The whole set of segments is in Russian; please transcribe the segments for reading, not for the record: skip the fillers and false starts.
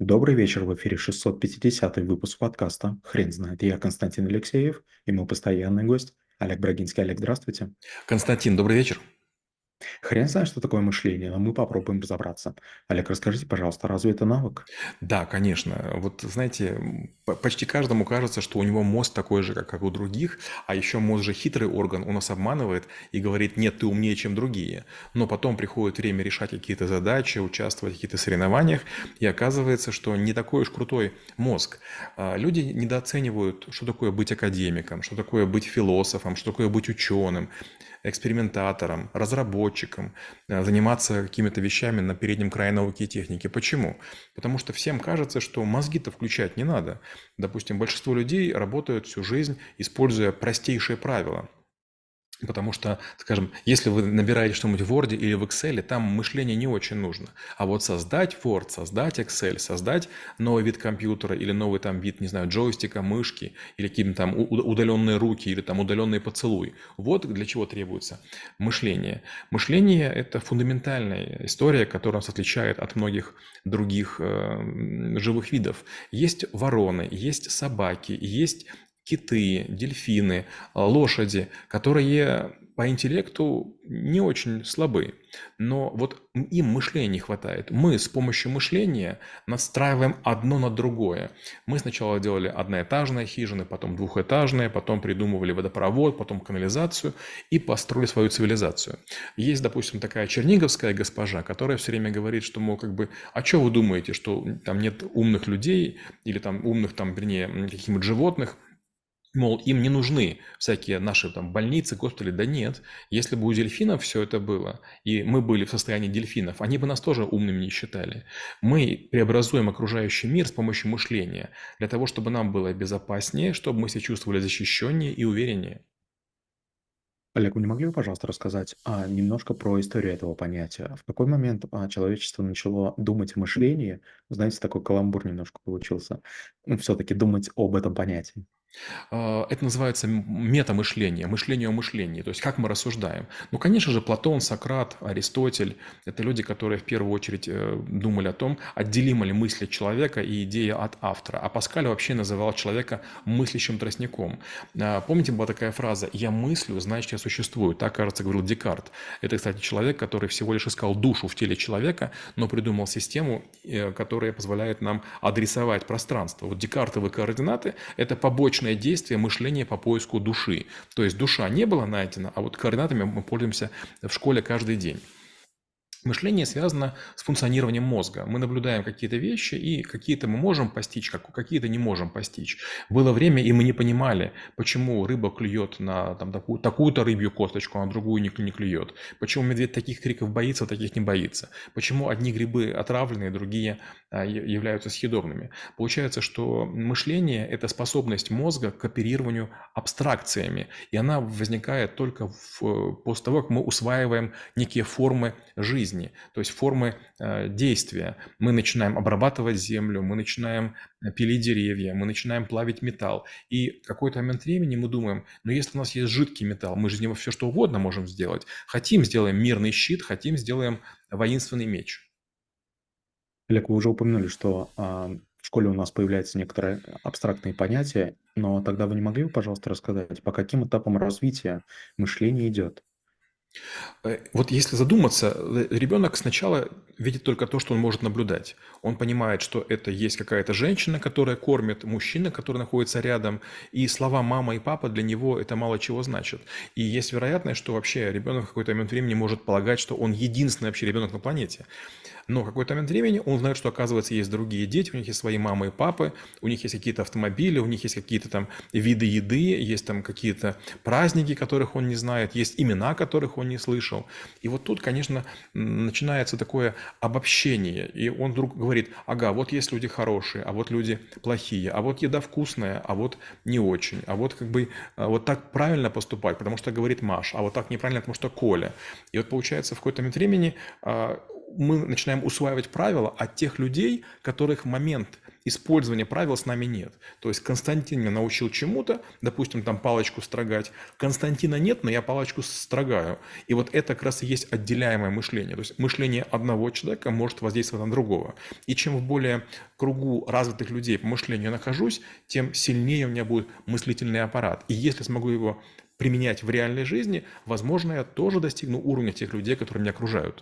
Добрый вечер, в эфире 650 выпуск подкаста «Хрен знает». Я Константин Алексеев и мой постоянный гость Олег Брагинский. Олег, здравствуйте. Константин, добрый вечер. Хрен знает, что такое мышление, но мы попробуем разобраться. Олег, расскажите, пожалуйста, разве это навык? Да, конечно. Вот знаете, почти каждому кажется, что у него мозг такой же, как у других, а еще мозг же хитрый орган, он нас обманывает и говорит, нет, ты умнее, чем другие. Но потом приходит время решать какие-то задачи, участвовать в каких-то соревнованиях, и оказывается, что не такой уж крутой мозг. Люди недооценивают, что такое быть академиком, что такое быть философом, что такое быть ученым, экспериментатором, разработчиком, заниматься какими-то вещами на переднем крае науки и техники. Почему? Потому что всем кажется, что мозги-то включать не надо. Допустим, большинство людей работают всю жизнь, используя простейшие правила. Потому что, скажем, если вы набираете что-нибудь в Word или в Excel, там мышление не очень нужно. А вот создать Word, создать Excel, создать новый вид компьютера или новый там вид, не знаю, джойстика, мышки, или какие-то там удаленные руки, или там удаленный поцелуй. Вот для чего требуется мышление. Мышление – это фундаментальная история, которая нас отличает от многих других живых видов. Есть вороны, есть собаки, есть киты, дельфины, лошади, которые по интеллекту не очень слабы, но вот им мышления не хватает. Мы с помощью мышления настраиваем одно на другое. Мы сначала делали одноэтажные хижины, потом двухэтажные, потом придумывали водопровод, потом канализацию и построили свою цивилизацию. Есть, допустим, такая черниговская госпожа, которая все время говорит, что, мол, как бы, а что вы думаете, что там нет умных людей или там умных, там, вернее, каких-нибудь животных, мол, им не нужны всякие наши там больницы, госпитали. Да нет, если бы у дельфинов все это было, и мы были в состоянии дельфинов, они бы нас тоже умными не считали. Мы преобразуем окружающий мир с помощью мышления, для того, чтобы нам было безопаснее, чтобы мы себя чувствовали защищеннее и увереннее. Олег, вы не могли бы, пожалуйста, рассказать немножко про историю этого понятия? В какой момент человечество начало думать о мышлении? Знаете, такой каламбур немножко получился. Все-таки думать об этом понятии. Это называется метамышление, мышление о мышлении, то есть как мы рассуждаем. Ну, конечно же, Платон, Сократ, Аристотель – это люди, которые в первую очередь думали о том, отделима ли мысль от человека и идея от автора. А Паскаль вообще называл человека мыслящим тростником. Помните, была такая фраза «я мыслю, значит, я существую». Так, кажется, говорил Декарт. Это, кстати, человек, который всего лишь искал душу в теле человека, но придумал систему, которая позволяет нам адресовать пространство. Вот декартовые координаты – это побочное действие мышления по поиску души. То есть душа не была найдена, а вот координатами мы пользуемся в школе каждый день. Мышление связано с функционированием мозга. Мы наблюдаем какие-то вещи, и какие-то мы можем постичь, какие-то не можем постичь. Было время, и мы не понимали, почему рыба клюет на там, такую-то рыбью косточку, а на другую не клюет. Почему медведь таких криков боится, а таких не боится. Почему одни грибы отравленные, другие являются съедобными. Получается, что мышление – это способность мозга к оперированию абстракциями, и она возникает только после того, как мы усваиваем некие формы жизни, то есть формы действия. Мы начинаем обрабатывать землю, мы начинаем пилить деревья, мы начинаем плавить металл. И в какой-то момент времени мы думаем, ну если у нас есть жидкий металл, мы же из него все что угодно можем сделать. Хотим, сделаем мирный щит, хотим, сделаем воинственный меч. Олег, вы уже упомянули, что в школе у нас появляются некоторые абстрактные понятия, но тогда вы не могли бы, пожалуйста, рассказать, по каким этапам развития мышление идет? Вот если задуматься, ребенок сначала видит только то, что он может наблюдать. Он понимает, что это есть какая-то женщина, которая кормит, мужчина, который находится рядом, и слова мама и папа для него это мало чего значат. И есть вероятность, что вообще ребенок в какой-то момент времени может полагать, что он единственный вообще ребенок на планете. Но в какой-то момент времени он знает, что, оказывается, есть другие дети, у них есть свои мамы и папы, у них есть какие-то автомобили, у них есть какие-то там виды еды, есть там какие-то праздники, которых он не знает, есть имена, которых он не слышал. И вот тут, конечно, начинается такое обобщение. И он вдруг говорит, ага, вот есть люди хорошие, а вот люди плохие, а вот еда вкусная, а вот не очень, а вот как бы вот так правильно поступать, потому что говорит Маша, а вот так неправильно, потому что Коля. И вот получается в какой-то момент времени мы начинаем усваивать правила от тех людей, которых в момент использования правил с нами нет. То есть Константин меня научил чему-то, допустим, там палочку строгать. Константина нет, но я палочку строгаю. И вот это как раз и есть отделяемое мышление. То есть мышление одного человека может воздействовать на другого. И чем в более кругу развитых людей по мышлению я нахожусь, тем сильнее у меня будет мыслительный аппарат. И если смогу его применять в реальной жизни, возможно, я тоже достигну уровня тех людей, которые меня окружают.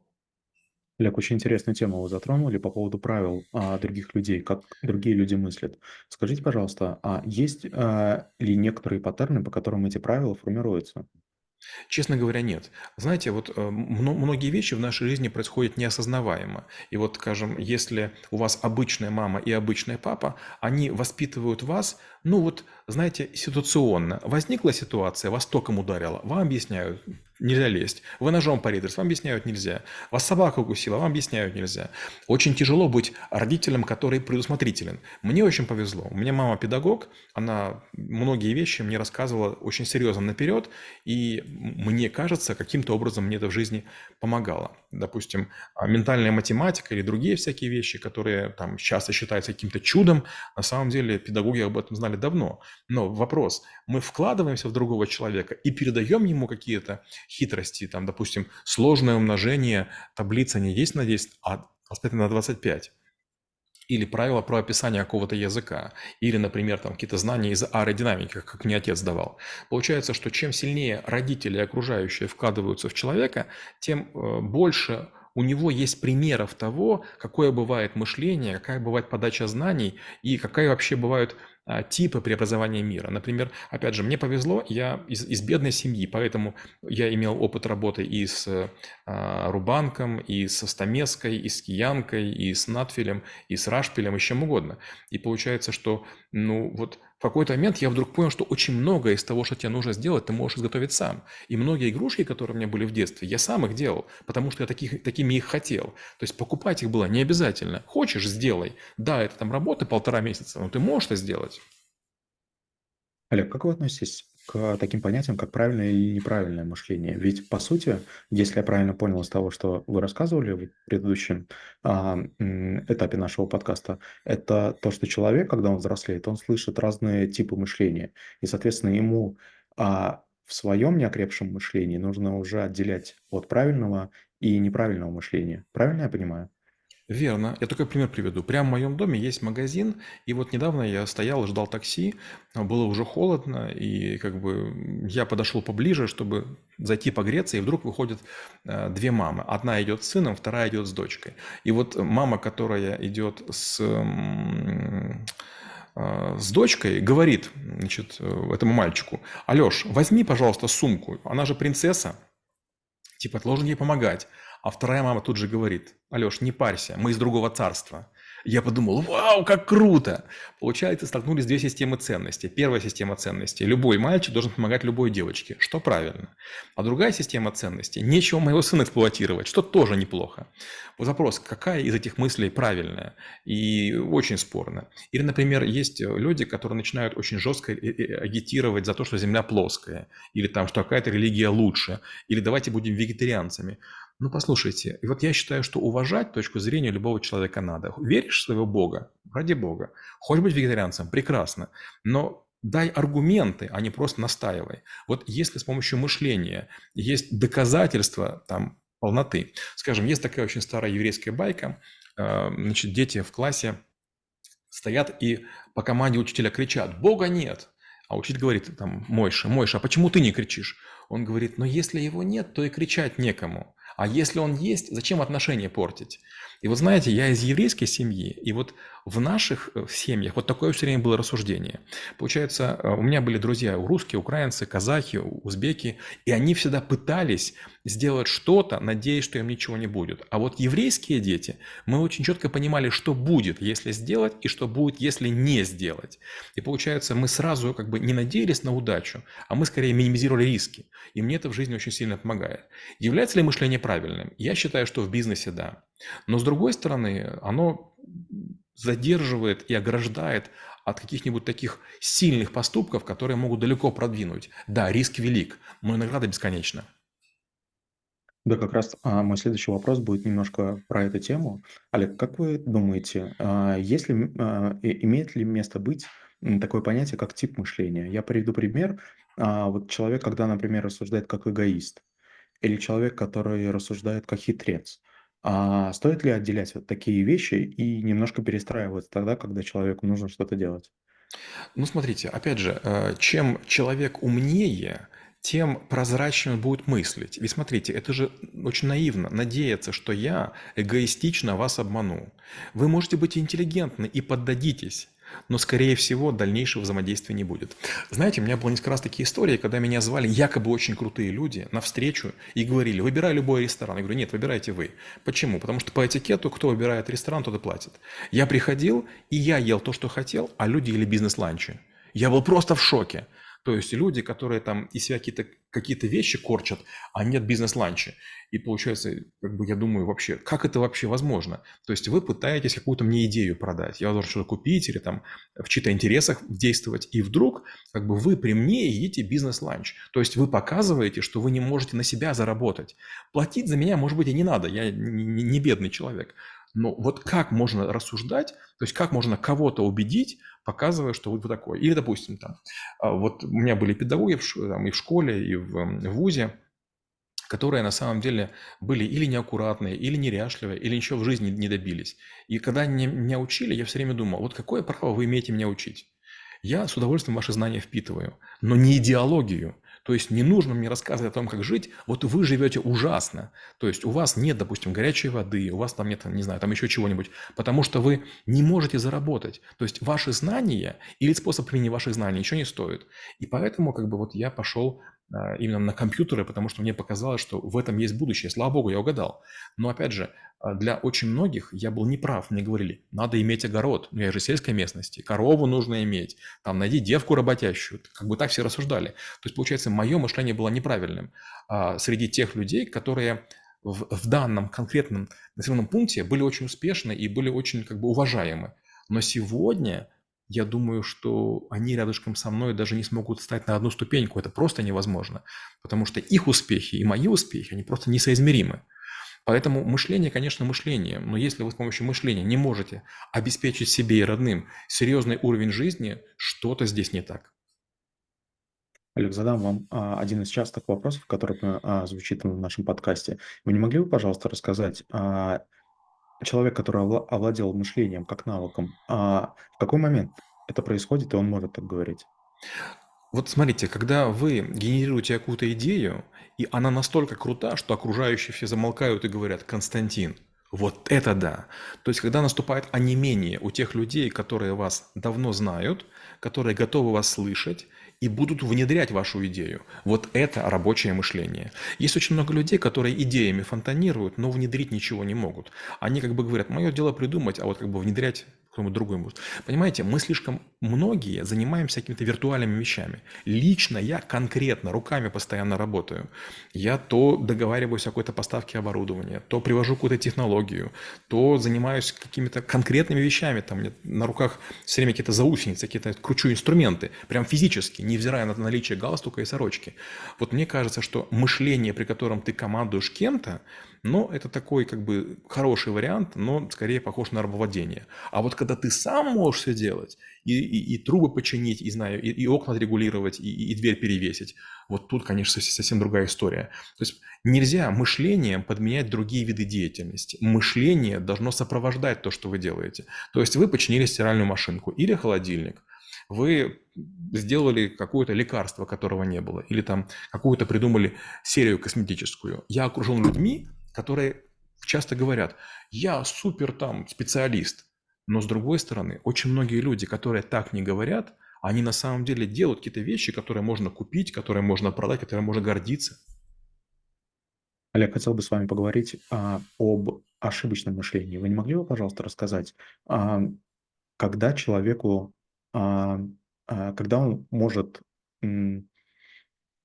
Олег, очень интересную тему вы затронули по поводу правил других людей, как другие люди мыслят. Скажите, пожалуйста, а есть ли некоторые паттерны, по которым эти правила формируются? Честно говоря, нет. Знаете, вот многие вещи в нашей жизни происходят неосознаваемо. И вот, скажем, если у вас обычная мама и обычный папа, они воспитывают вас, ну вот, знаете, ситуационно. Возникла ситуация, вас током ударило, вам объясняют, нельзя лезть. Вы ножом порезались, вам объясняют, нельзя. Вас собака укусила, вам объясняют, нельзя. Очень тяжело быть родителем, который предусмотрителен. Мне очень повезло. У меня мама педагог, она многие вещи мне рассказывала очень серьезно наперед, и мне кажется, каким-то образом мне это в жизни помогало. Допустим, ментальная математика или другие всякие вещи, которые там часто считаются каким-то чудом, на самом деле педагоги об этом знали давно. Но вопрос, мы вкладываемся в другого человека и передаем ему какие-то хитрости, там, допустим, сложное умножение, таблица не 10 на 10, а 25 на 25. Или правила про описание какого-то языка, или, например, там какие-то знания из аэродинамики, как мне отец давал. Получается, что чем сильнее родители и окружающие вкладываются в человека, тем больше у него есть примеров того, какое бывает мышление, какая бывает подача знаний и какая вообще бывают типы преобразования мира. Например, опять же, мне повезло, я из бедной семьи, поэтому я имел опыт работы и с Рубанком, и со Стамеской, и с Киянкой, и с Натфилем, и с Рашпилем, и с чем угодно. И получается, что, ну, вот в какой-то момент я вдруг понял, что очень многое из того, что тебе нужно сделать, ты можешь изготовить сам. И многие игрушки, которые у меня были в детстве, я сам их делал, потому что я такими их хотел. То есть покупать их было не обязательно. Хочешь – сделай. Да, это там работа 1,5 месяца, но ты можешь это сделать. Олег, как вы относитесь к таким понятиям, как правильное или неправильное мышление? Ведь, по сути, если я правильно понял из того, что вы рассказывали в предыдущем этапе нашего подкаста, это то, что человек, когда он взрослеет, он слышит разные типы мышления. И, соответственно, ему в своем неокрепшем мышлении нужно уже отделять от правильного и неправильного мышления. Правильно я понимаю? Верно. Я такой пример приведу. Прямо в моем доме есть магазин, и вот недавно я стоял и ждал такси, было уже холодно, и как бы я подошел поближе, чтобы зайти погреться, и вдруг выходят две мамы. Одна идет с сыном, вторая идет с дочкой. И вот мама, которая идет с дочкой, говорит, значит, этому мальчику: «Алеш, возьми, пожалуйста, сумку, она же принцесса, типа, ты должен ей помогать». А вторая мама тут же говорит: «Алеш, не парься, мы из другого царства». Я подумал: вау, как круто! Получается, столкнулись две системы ценностей. Первая система ценностей – любой мальчик должен помогать любой девочке, что правильно. А другая система ценностей – нечего моего сына эксплуатировать, что тоже неплохо. Вот вопрос, какая из этих мыслей правильная? И очень спорно. Или, например, есть люди, которые начинают очень жестко агитировать за то, что Земля плоская, или там, что какая-то религия лучше, или давайте будем вегетарианцами. Ну, послушайте, и вот я считаю, что уважать точку зрения любого человека надо. Веришь в своего Бога? Ради Бога. Хочешь быть вегетарианцем? Прекрасно. Но дай аргументы, а не просто настаивай. Вот если с помощью мышления есть доказательства там полноты. Скажем, есть такая очень старая еврейская байка. Значит, дети в классе стоят и по команде учителя кричат: «Бога нет!» А учитель говорит там: «Мойша, Мойша, а почему ты не кричишь?» Он говорит: «Но если его нет, то и кричать некому. А если он есть, зачем отношения портить?» И вот знаете, я из еврейской семьи, и вот в наших семьях вот такое все время было рассуждение. Получается, у меня были друзья русские, украинцы, казахи, узбеки, и они всегда пытались сделать что-то, надеясь, что им ничего не будет. А вот еврейские дети, мы очень четко понимали, что будет, если сделать, и что будет, если не сделать. И получается, мы сразу как бы не надеялись на удачу, а мы скорее минимизировали риски. И мне это в жизни очень сильно помогает. Является ли мышление правильным? Я считаю, что в бизнесе да. Но с другой стороны, оно задерживает и ограждает от каких-нибудь таких сильных поступков, которые могут далеко продвинуть. Да, риск велик, но и награда бесконечна. Да, как раз, мой следующий вопрос будет немножко про эту тему. Олег, как вы думаете, есть ли, имеет ли место быть, такое понятие, как тип мышления? Я приведу пример. Вот человек, когда, например, рассуждает как эгоист, или человек, который рассуждает как хитрец. Стоит ли отделять вот такие вещи и немножко перестраиваться тогда, когда человеку нужно что-то делать? Ну, смотрите, опять же, чем человек умнее, тем прозрачнее он будет мыслить. Ведь смотрите, это же очень наивно надеяться, что я эгоистично вас обману. Вы можете быть интеллигентны и поддадитесь, но, скорее всего, дальнейшего взаимодействия не будет. Знаете, у меня было несколько раз такие истории, когда меня звали якобы очень крутые люди на встречу и говорили, выбирай любой ресторан. Я говорю, нет, выбирайте вы. Почему? Потому что по этикету, кто выбирает ресторан, тот и платит. Я приходил, и я ел то, что хотел, а люди ели бизнес-ланчи. Я был просто в шоке. То есть люди, которые там из себя какие-то вещи корчат, а нет бизнес-ланчи. И получается, как бы я думаю, вообще, как это вообще возможно? То есть вы пытаетесь какую-то мне идею продать, я должен что-то купить или там в чьих-то интересах действовать, и вдруг как бы вы при мне едите бизнес-ланч. То есть вы показываете, что вы не можете на себя заработать. Платить за меня, может быть, и не надо, я не бедный человек. Но вот как можно рассуждать, то есть как можно кого-то убедить, показывая, что вот вы такой. Или, допустим, там, вот у меня были педагоги там, и в школе, и в ВУЗе, которые на самом деле были или неаккуратные, или неряшливые, или ничего в жизни не добились. И когда они меня учили, я все время думал, вот какое право вы имеете меня учить? Я с удовольствием ваши знания впитываю, но не идеологию. То есть не нужно мне рассказывать о том, как жить. Вот вы живете ужасно. То есть у вас нет, допустим, горячей воды, у вас там нет, не знаю, там еще чего-нибудь, потому что вы не можете заработать. То есть ваши знания или способ применения ваших знаний еще не стоит. И поэтому как бы вот я пошел именно на компьютеры, потому что мне показалось, что в этом есть будущее. Слава богу, я угадал. Но опять же, для очень многих я был неправ. Мне говорили, надо иметь огород. Ну, я же из сельской местности. Корову нужно иметь. Там, найди девку работящую. Как бы так все рассуждали. То есть, получается, мое мышление было неправильным. Среди тех людей, которые в данном конкретном населенном пункте были очень успешны и были очень как бы уважаемы. Но сегодня я думаю, что они рядышком со мной даже не смогут встать на одну ступеньку. Это просто невозможно. Потому что их успехи и мои успехи, они просто несоизмеримы. Поэтому мышление, конечно, мышление, но если вы с помощью мышления не можете обеспечить себе и родным серьезный уровень жизни, что-то здесь не так. Олег, задам вам один из частых вопросов, который звучит в нашем подкасте. Вы не могли бы, пожалуйста, рассказать, человек, который овладел мышлением как навыком, в какой момент это происходит, и он может так говорить? Вот смотрите, когда вы генерируете какую-то идею, и она настолько крута, что окружающие все замолкают и говорят: «Константин, вот это да!» То есть, когда наступает онемение у тех людей, которые вас давно знают, которые готовы вас слышать и будут внедрять вашу идею. Вот это рабочее мышление. Есть очень много людей, которые идеями фонтанируют, но внедрить ничего не могут. Они как бы говорят: «Мое дело придумать, а вот как бы внедрять кто-нибудь другой будет». Понимаете, мы слишком многие занимаемся какими-то виртуальными вещами. Лично я конкретно руками постоянно работаю. Я то договариваюсь о какой-то поставке оборудования, то привожу какую-то технологию, то занимаюсь какими-то конкретными вещами. Там мне на руках все время какие-то заусеницы, какие-то кручу инструменты, прям физически, невзирая на наличие галстука и сорочки. Вот мне кажется, что мышление, при котором ты командуешь кем-то, но это такой как бы хороший вариант, но скорее похож на рабовладение. А вот когда ты сам можешь все делать, и трубы починить, и знаю, и окна отрегулировать, и дверь перевесить. Вот тут, конечно, совсем другая история. То есть нельзя мышлением подменять другие виды деятельности. Мышление должно сопровождать то, что вы делаете. То есть вы починили стиральную машинку или холодильник, вы сделали какое-то лекарство, которого не было, или там какую-то придумали серию косметическую. Я окружен людьми, которые часто говорят: я супер там специалист. Но с другой стороны, очень многие люди, которые так не говорят, они на самом деле делают какие-то вещи, которые можно купить, которые можно продать, которыми можно гордиться. Олег, хотел бы с вами поговорить, об ошибочном мышлении. Вы не могли бы, пожалуйста, рассказать, а, когда человеку, а, когда он может, м,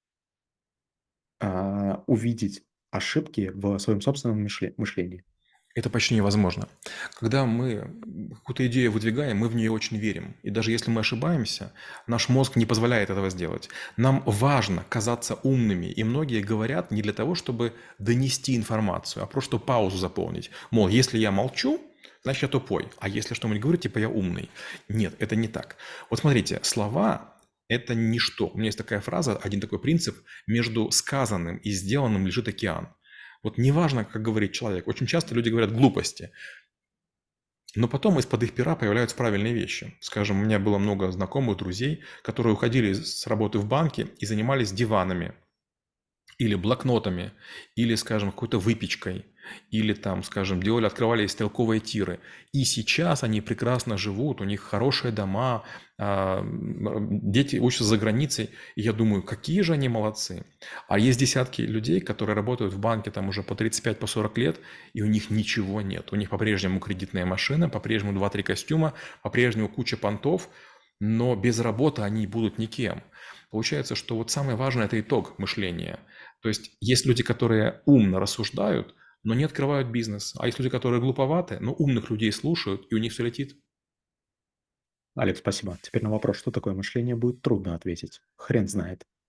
увидеть ошибки в своем собственном мышлении? Это почти невозможно. Когда мы какую-то идею выдвигаем, мы в нее очень верим. И даже если мы ошибаемся, наш мозг не позволяет этого сделать. Нам важно казаться умными. И многие говорят не для того, чтобы донести информацию, а просто чтобы паузу заполнить. Мол, если я молчу, значит я тупой. А если что-нибудь говорю, типа я умный. Нет, это не так. Вот смотрите, слова – это ничто. У меня есть такая фраза, один такой принцип. Между сказанным и сделанным лежит океан. Вот неважно, как говорит человек. Очень часто люди говорят глупости, но потом из-под их пера появляются правильные вещи. Скажем, у меня было много знакомых, друзей, которые уходили с работы в банке и занимались диванами, или блокнотами, или, скажем, какой-то выпечкой, или там, скажем, делали, открывали стрелковые тиры. И сейчас они прекрасно живут, у них хорошие дома, дети учатся за границей. И я думаю, какие же они молодцы. А есть десятки людей, которые работают в банке там уже по 35, по 40 лет, и у них ничего нет. У них по-прежнему кредитная машина, по-прежнему два-три костюма, по-прежнему куча понтов, но без работы они будут никем. Получается, что вот самое важное – это итог мышления. То есть есть люди, которые умно рассуждают, но не открывают бизнес. А есть люди, которые глуповаты, но умных людей слушают, и у них все летит. Алекс, спасибо. Теперь на вопрос, что такое мышление, будет трудно ответить. Хрен знает.